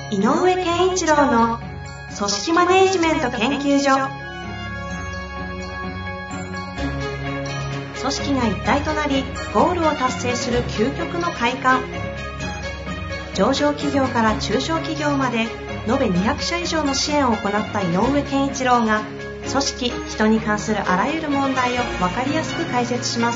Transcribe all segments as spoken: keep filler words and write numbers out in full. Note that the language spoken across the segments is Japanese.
井上健一郎の組織マネジメント研究所。組織が一体となりゴールを達成する究極の快感。上場企業から中小企業まで延べにひゃくしゃ以上の支援を行った井上健一郎が、組織・人に関するあらゆる問題を分かりやすく解説します。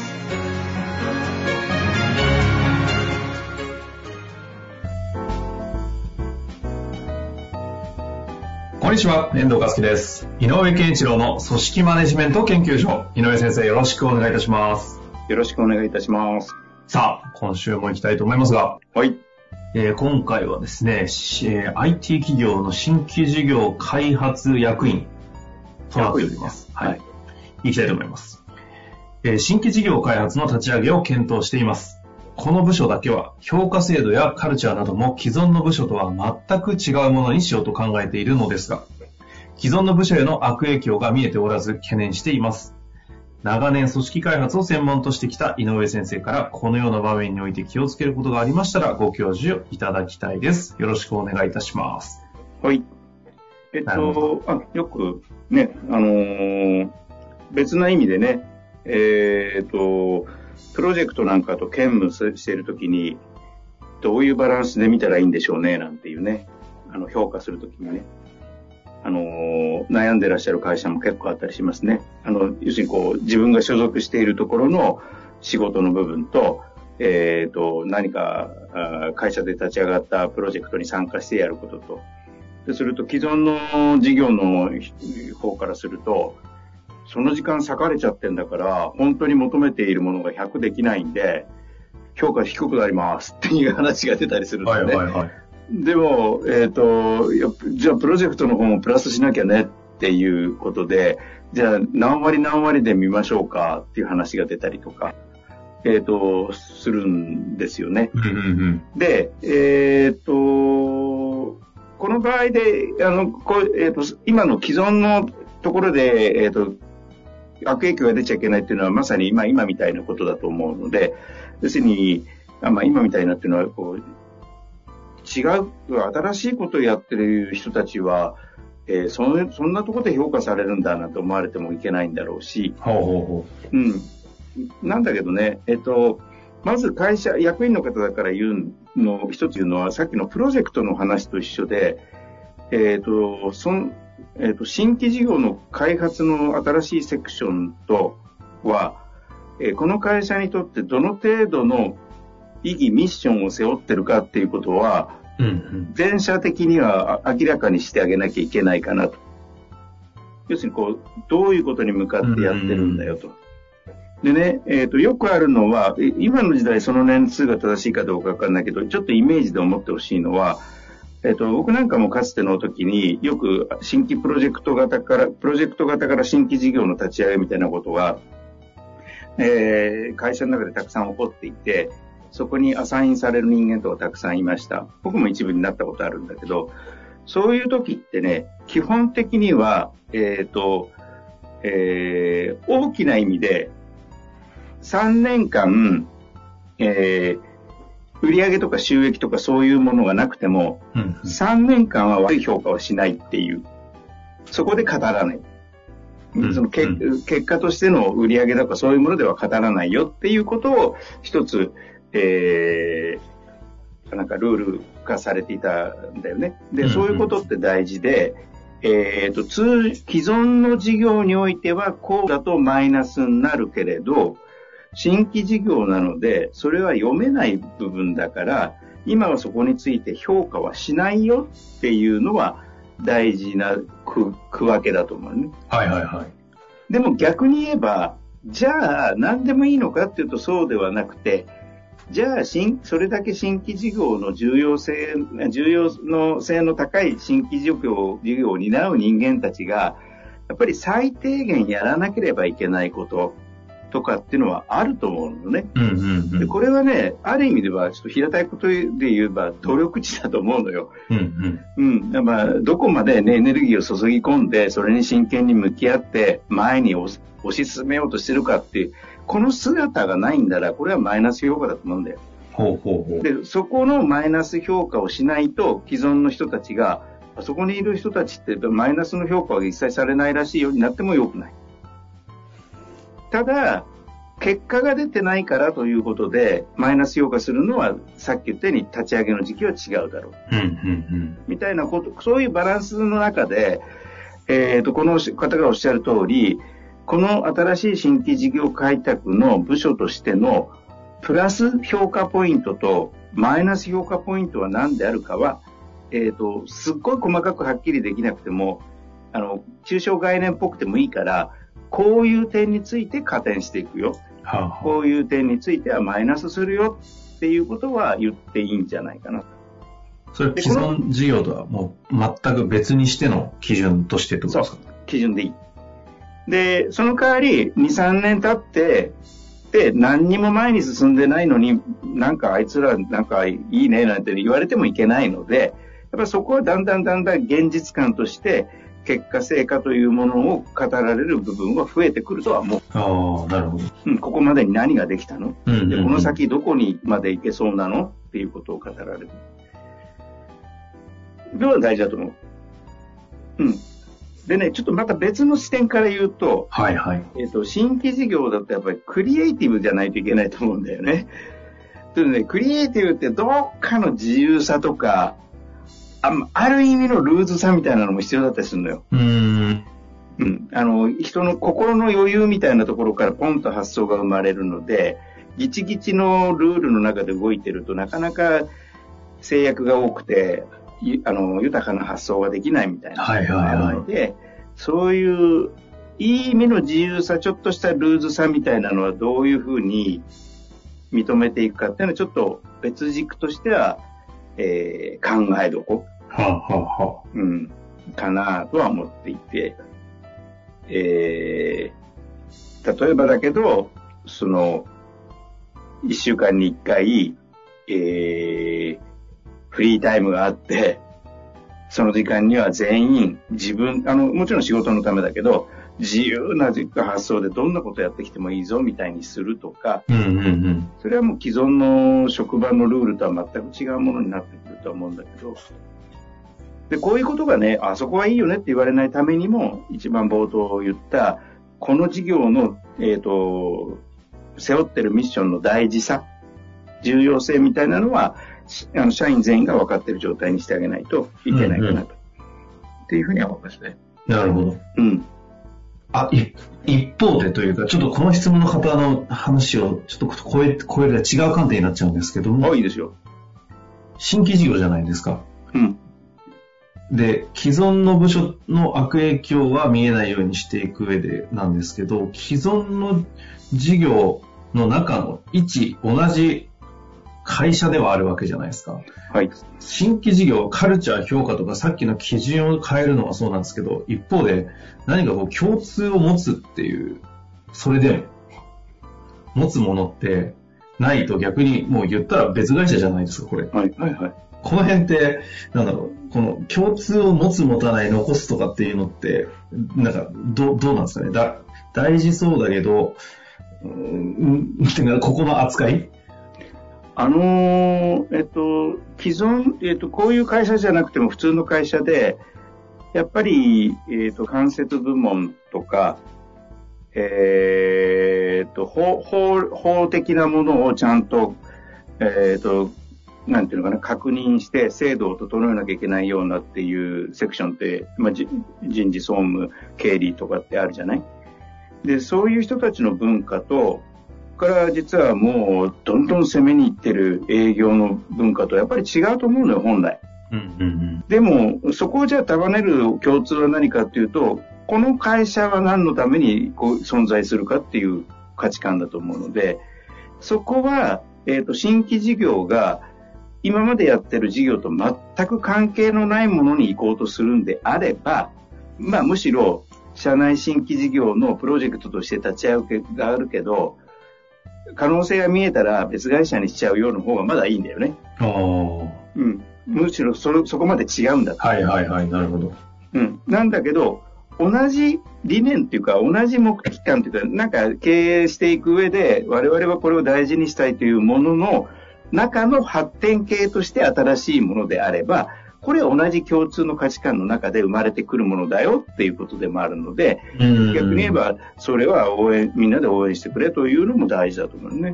こんにちは、遠藤和樹です。井上健一郎の組織マネジメント研究所。井上先生、よろしくお願いいたします。 よろしくお願いいたします。 さあ、今週も行きたいと思いますが、 はい。 えー、今回はですね、えー、アイティー 企業の新規事業開発役員となっております。はい。行きたいと思います。えー、新規事業開発の立ち上げを検討しています。この部署だけは評価制度やカルチャーなども既存の部署とは全く違うものにしようと考えているのですが、既存の部署への悪影響が見えておらず懸念しています。長年組織開発を専門としてきた井上先生から、このような場面において気をつけることがありましたらご教授いただきたいです。よろしくお願いいたします。 はい。えっと、あよくね、あのー、別な意味でね、えー、っと、プロジェクトなんかと兼務しているときに、どういうバランスで見たらいいんでしょうね、なんていうね、あの、評価するときにね、あのー、悩んでらっしゃる会社も結構あったりしますね。あの、要するにこう、自分が所属しているところの仕事の部分と、えー、と、何か、会社で立ち上がったプロジェクトに参加してやることと、ですると既存の事業の方からすると、その時間割かれちゃってんだから、本当に求めているものがひゃくできないんで、評価低くなりますっていう話が出たりするんですね。はいはいはい。でも、えっと、じゃあプロジェクトの方もプラスしなきゃねっていうことで、じゃあ何割何割で見ましょうかっていう話が出たりとか、えっと、するんですよね。で、えっと、この場合で、あの、こう、えっと、今の既存のところで、えっと、悪影響が出ちゃいけないっていうのはまさに今、今みたいなことだと思うので、要するに、まあ、今みたいなっていうのはこう、違う、新しいことをやってる人たちは、えー、その、そんなところで評価されるんだなと思われてもいけないんだろうし、 ほうほうほう。うん。なんだけどね、えっと、まず会社、役員の方だから言うの、一つ言うのは、さっきのプロジェクトの話と一緒で、えっと、そん、えっと、新規事業の開発の新しいセクションとは、えー、この会社にとってどの程度の意義、ミッションを背負ってるかっていうことは、うんうん、全社的には明らかにしてあげなきゃいけないかなと。要するにこう、どういうことに向かってやってるんだよと。でね、えっと、よくあるのは、今の時代その年数が正しいかどうかわかんないけど、ちょっとイメージで思ってほしいのは、えっと、僕なんかもかつての時によく新規プロジェクト型から、プロジェクト型から新規事業の立ち上げみたいなことが、えー、会社の中でたくさん起こっていて、そこにアサインされる人間とかたくさんいました。僕も一部になったことあるんだけど、そういう時ってね、基本的には、えっと、えー、大きな意味で、さんねんかん、えー、売上とか収益とかそういうものがなくても、うんうん、さんねんかんは悪い評価をしないっていう、そこで語らない。うんうん、その結、結果としての売上とかそういうものでは語らないよっていうことを一つ、えー、なんかルール化されていたんだよね。で、うんうん、そういうことって大事で、えっと、通、既存の事業においてはこうだとマイナスになるけれど、新規事業なので、それは読めない部分だから、今はそこについて評価はしないよっていうのは大事な区、区分けだと思うね。 はいはいはい。 でも逆に言えば、じゃあ何でもいいのかっていうとそうではなくて、じゃあ新、それだけ新規事業の重要性、重要の性の高い新規事業、事業を担う人間たちが、やっぱり最低限やらなければいけないこと、とかっていうのはあると思うのね、うんうんうん、でこれはね、ある意味ではちょっと平たいことで言えば努力値だと思うのよ、うんうんうん、まあ、どこまで、ね、エネルギーを注ぎ込んでそれに真剣に向き合って前に押し進めようとしてるかっていうこの姿がないんだらこれはマイナス評価だと思うんだよ。 ほうほうほう。 で、そこのマイナス評価をしないと、既存の人たちが、そこにいる人たちってマイナスの評価は一切されないらしいようになってもよくない。ただ、結果が出てないからということで、マイナス評価するのは、さっき言ったように立ち上げの時期は違うだろう。 うんうんうん、 みたいなこと、そういうバランスの中で、えーと、この方がおっしゃる通り、この新しい新規事業開拓の部署としてのプラス評価ポイントとマイナス評価ポイントは何であるかは、えーと、すっごい細かくはっきりできなくても、あの、抽象概念っぽくてもいいから、こういう点について加点していくよ。はあはあ、こういう点についてはマイナスするよっていうことは言っていいんじゃないかな。 それ既存事業とはもう全く別にしての基準としてってことですか？ そう、基準でいい。で、その代わりに、さんねん経って、で、何にも前に進んでないのに、なんかあいつらなんかいいねなんて言われてもいけないので、やっぱりそこはだんだんだんだん現実感として結果成果というものを語られる部分は増えてくるとは思う。 ああ、なるほど。 うん、ここまでに何ができたの、 うんうんうん、 で、この先どこにまで行けそうなのっていうことを語られる。では大事だと思う。うん。でね、ちょっとまた別の視点から言うと、 はいはい。 えっと、新規事業だとやっぱりクリエイティブじゃないといけないと思うんだよね。でね、クリエイティブってどっかの自由さとか、あ, ある意味のルーズさみたいなのも必要だったりするのよ。 うーん。 うん。あの、人の心の余裕みたいなところからポンと発想が生まれるので、ギチギチのルールの中で動いてるとなかなか制約が多くて、あの豊かな発想ができないみたいなのがあるので、はいはいはい、そういういい意味の自由さ、ちょっとしたルーズさみたいなのはどういうふうに認めていくかっていうのはちょっと別軸としては、えー、考えどこ、 はあはあはあ、 うん、かなとは思っていて、えー、例えばだけどそのいっしゅうかんにいっかい、えーフリータイムがあって、その時間には全員自分、あの、もちろん仕事のためだけど、自由な発想でどんなことやってきてもいいぞみたいにするとか、 うんうんうん、 それはもう既存の職場のルールとは全く違うものになってくると思うんだけど、で、こういうことがね、あそこはいいよねって言われないためにも、一番冒頭言った、この事業の、えっと、背負ってるミッションの大事さ、重要性みたいなのは、あの社員全員が分かっている状態にしてあげないといけないかなと、うんうん、っていうふうには思いますね。 なるほど。 うん。 あ、い一方でというか、ちょっとこの質問の方の話をちょっと超え、超える違う観点になっちゃうんですけども。 あ、いいですよ。 新規事業じゃないですか。 うん。 で、既存の部署の悪影響は見えないようにしていく上でなんですけど、既存の事業の中の一同じ会社ではあるわけじゃないですか。 はい。 新規事業、カルチャー、評価とかさっきの基準を変えるのはそうなんですけど、一方で何かこう共通を持つっていう、それでも持つものってないと逆にもう言ったら別会社じゃないですか、これ。 はいはいはい。 この辺って、なんだろう、この共通を持つ持たない残すとかっていうのって、なんかど, どうなんですかね。だ大事そうだけど、うん、ここの扱いあのー、えっと、既存、えっと、こういう会社じゃなくても普通の会社で、やっぱり、えっと、間接部門とか、えっと、法、法、法的なものをちゃんと、えっと、なんていうのかな、確認して制度を整えなきゃいけないようなっていうセクションって、まあ、人事総務、経理とかってあるじゃない？で、そういう人たちの文化と、から実はもうどんどん攻めに行ってる営業の文化とやっぱり違うと思うのよ、本来。 うんうんうん、 でもそこをじゃあ束ねる共通は何かっていうと、この会社は何のためにこう存在するかっていう価値観だと思うので、そこは、えーと、新規事業が今までやってる事業と全く関係のないものに行こうとするんであれば、まあむしろ社内新規事業のプロジェクトとして立ち会うがあるけど、可能性が見えたら別会社にしちゃうような方がまだいいんだよね。 ああ。 うん。むしろそ、そこまで違うんだ。 はいはいはい、なるほど。 うん。なんだけど、同じ理念っていうか、同じ目的感っていうか、なんか経営していく上で、我々はこれを大事にしたいというものの、 中の発展系として新しいものであれば、これは同じ共通の価値観の中で生まれてくるものだよっていうことでもあるので、逆に言えばそれは応援、みんなで応援してくれというのも大事だと思うね。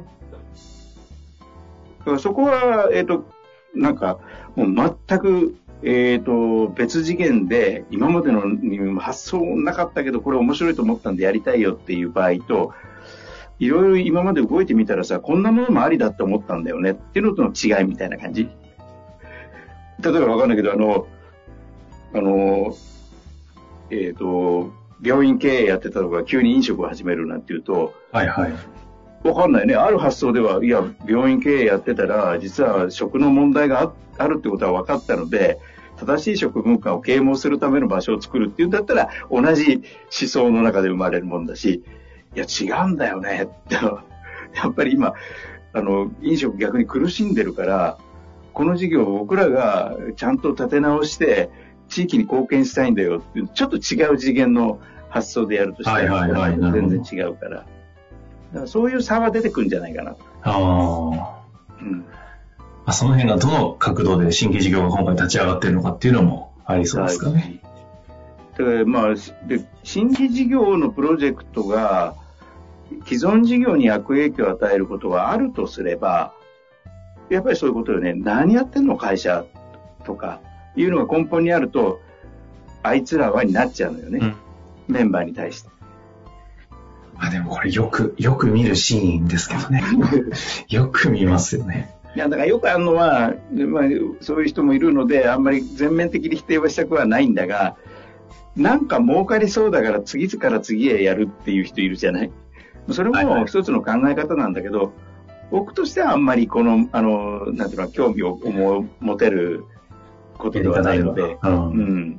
だからそこは、えっと、なんか、もう全く、えっと、別次元で、今までの発想なかったけど、これ面白いと思ったんでやりたいよっていう場合と、いろいろ今まで動いてみたらさ、こんなものもありだって思ったんだよねっていうのとの違いみたいな感じ。例えばわかんないけど、あの、あの、えっと、病院経営やってたのが急に飲食を始めるなんていうと、 はいはい。 わかんないね。ある発想では、いや、病院経営やってたら、実は食の問題が あ, あるってことは分かったので、正しい食文化を啓蒙するための場所を作るっていうんだったら、同じ思想の中で生まれるもんだし、いや、違うんだよねって。やっぱり今、あの、飲食逆に苦しんでるから、この事業を僕らがちゃんと立て直して、地域に貢献したいんだよっていう、ちょっと違う次元の発想でやるとしたら、全然違うから。だからそういう差は出てくるんじゃないかなと。 あ、うん、あ、その辺がどの角度で新規事業が今回立ち上がっているのかっていうのもありそうですかね。 だからまあ、で新規事業のプロジェクトが既存事業に悪影響を与えることがあるとすれば、やっぱりそういうことよね。何やってんの会社とかいうのが根本にあると、あいつらはになっちゃうのよね、うん、メンバーに対して。 あ、でもこれよくよく見るシーンですけどね。よく見ますよね。 いや、だからよくあるのは、まあ、そういう人もいるので、あんまり全面的に否定はしたくはないんだが、なんか儲かりそうだから次から次へやるっていう人いるじゃない。それも一つの考え方なんだけど、はいはい、僕としてはあんまりこの、あの、なんていうの、興味を持てることではないので、うんうん、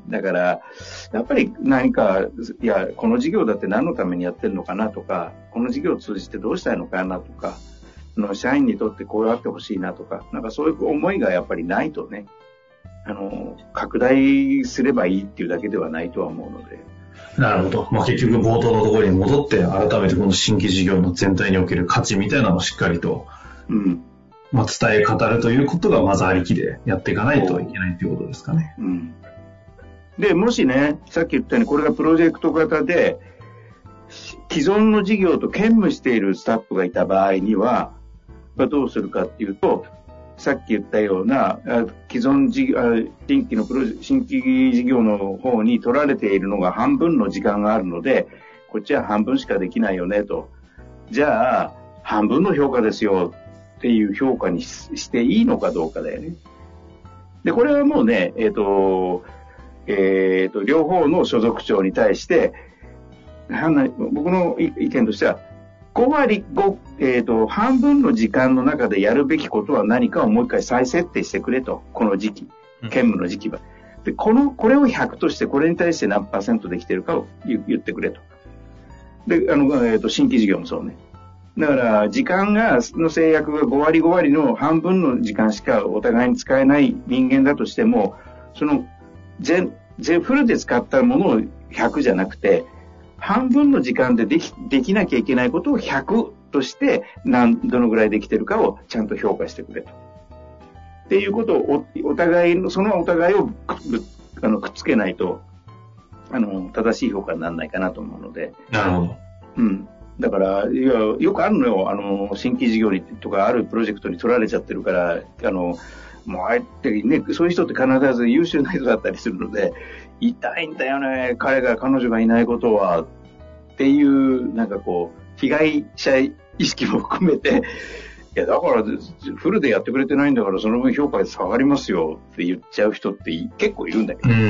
だから、やっぱり何か、いや、この事業だって何のためにやってるのかなとか、この事業を通じてどうしたいのかなとか、の社員にとってこうあってほしいなとか、なんかそういう思いがやっぱりないとね、あの、拡大すればいいっていうだけではないとは思うので。 なるほど。まあ、結局冒頭のところに戻って、改めてこの新規事業の全体における価値みたいなのをしっかりと、うん、まあ、伝え語るということがまずありきでやっていかないといけないということですかね。 うん、で、もしね、さっき言ったようにこれがプロジェクト型で、既存の事業と兼務しているスタッフがいた場合には、どうするかっていうと、さっき言ったような既存事業、新規のプロ新規事業の方に取られているのが半分の時間があるので、こっちは半分しかできないよねと。じゃあ半分の評価ですよっていう評価にしていいのかどうかだよね。で、これはもうね、えっと、えっと両方の所属長に対して、僕の意見としては、ご割ご、えっと、半分の時間の中でやるべきことは何かをもう一回再設定してくれと。この時期。兼務の時期は。で、この、これをひゃくとして、これに対して何パーセントできているかを言ってくれと。で、あの、えっと、新規事業もそうね。だから、時間が、の制約がご割ご割の半分の時間しかお互いに使えない人間だとしても、その、全、全フルで使ったものをひゃくじゃなくて、半分の時間ででき、できなきゃいけないことをひゃくとして何、どのぐらいできてるかをちゃんと評価してくれと。っていうことをお、お互いの、そのお互いをく、あのくっつけないと、あの、正しい評価にならないかなと思うので。 なるほど。 うん。だから、いや、よくあるのよ。あの、新規事業にとかあるプロジェクトに取られちゃってるから、あの、もうあえてね、そういう人って必ず優秀な人だったりするので、痛いんだよね、彼が彼女がいないことはっていう、なんかこう被害者意識も含めて、いやだからフルでやってくれてないんだからその分評価下がりますよって言っちゃう人って結構いるんだけど、うんうん、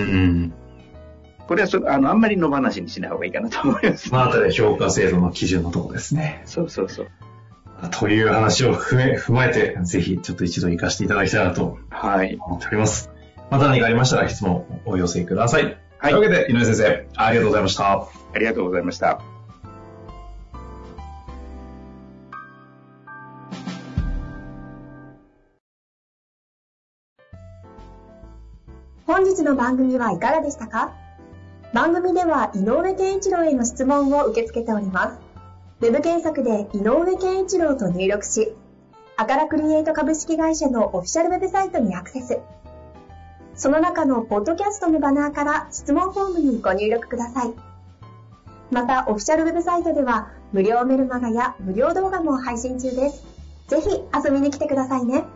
これはそあのあんまり野放しにしない方がいいかなと思います。 まあ、あとで評価制度の基準のところですね。 そうそうそう。 という話を踏め、踏まえて、ぜひちょっと一度活かしていただきたいなと思っております。はい、また何かありましたら質問をお寄せください。はい、というわけで、井上先生、ありがとうございました。 ありがとうございました。 本日の番組はいかがでしたか？番組では井上健一郎への質問を受け付けております。ウェブ検索で井上健一郎と入力し、 アガラクリエイト株式会社のオフィシャルウェブサイトにアクセス。その中のポッドキャストのバナーから質問フォームにご入力ください。また、オフィシャルウェブサイトでは無料メルマガや無料動画も配信中です。ぜひ遊びに来てくださいね。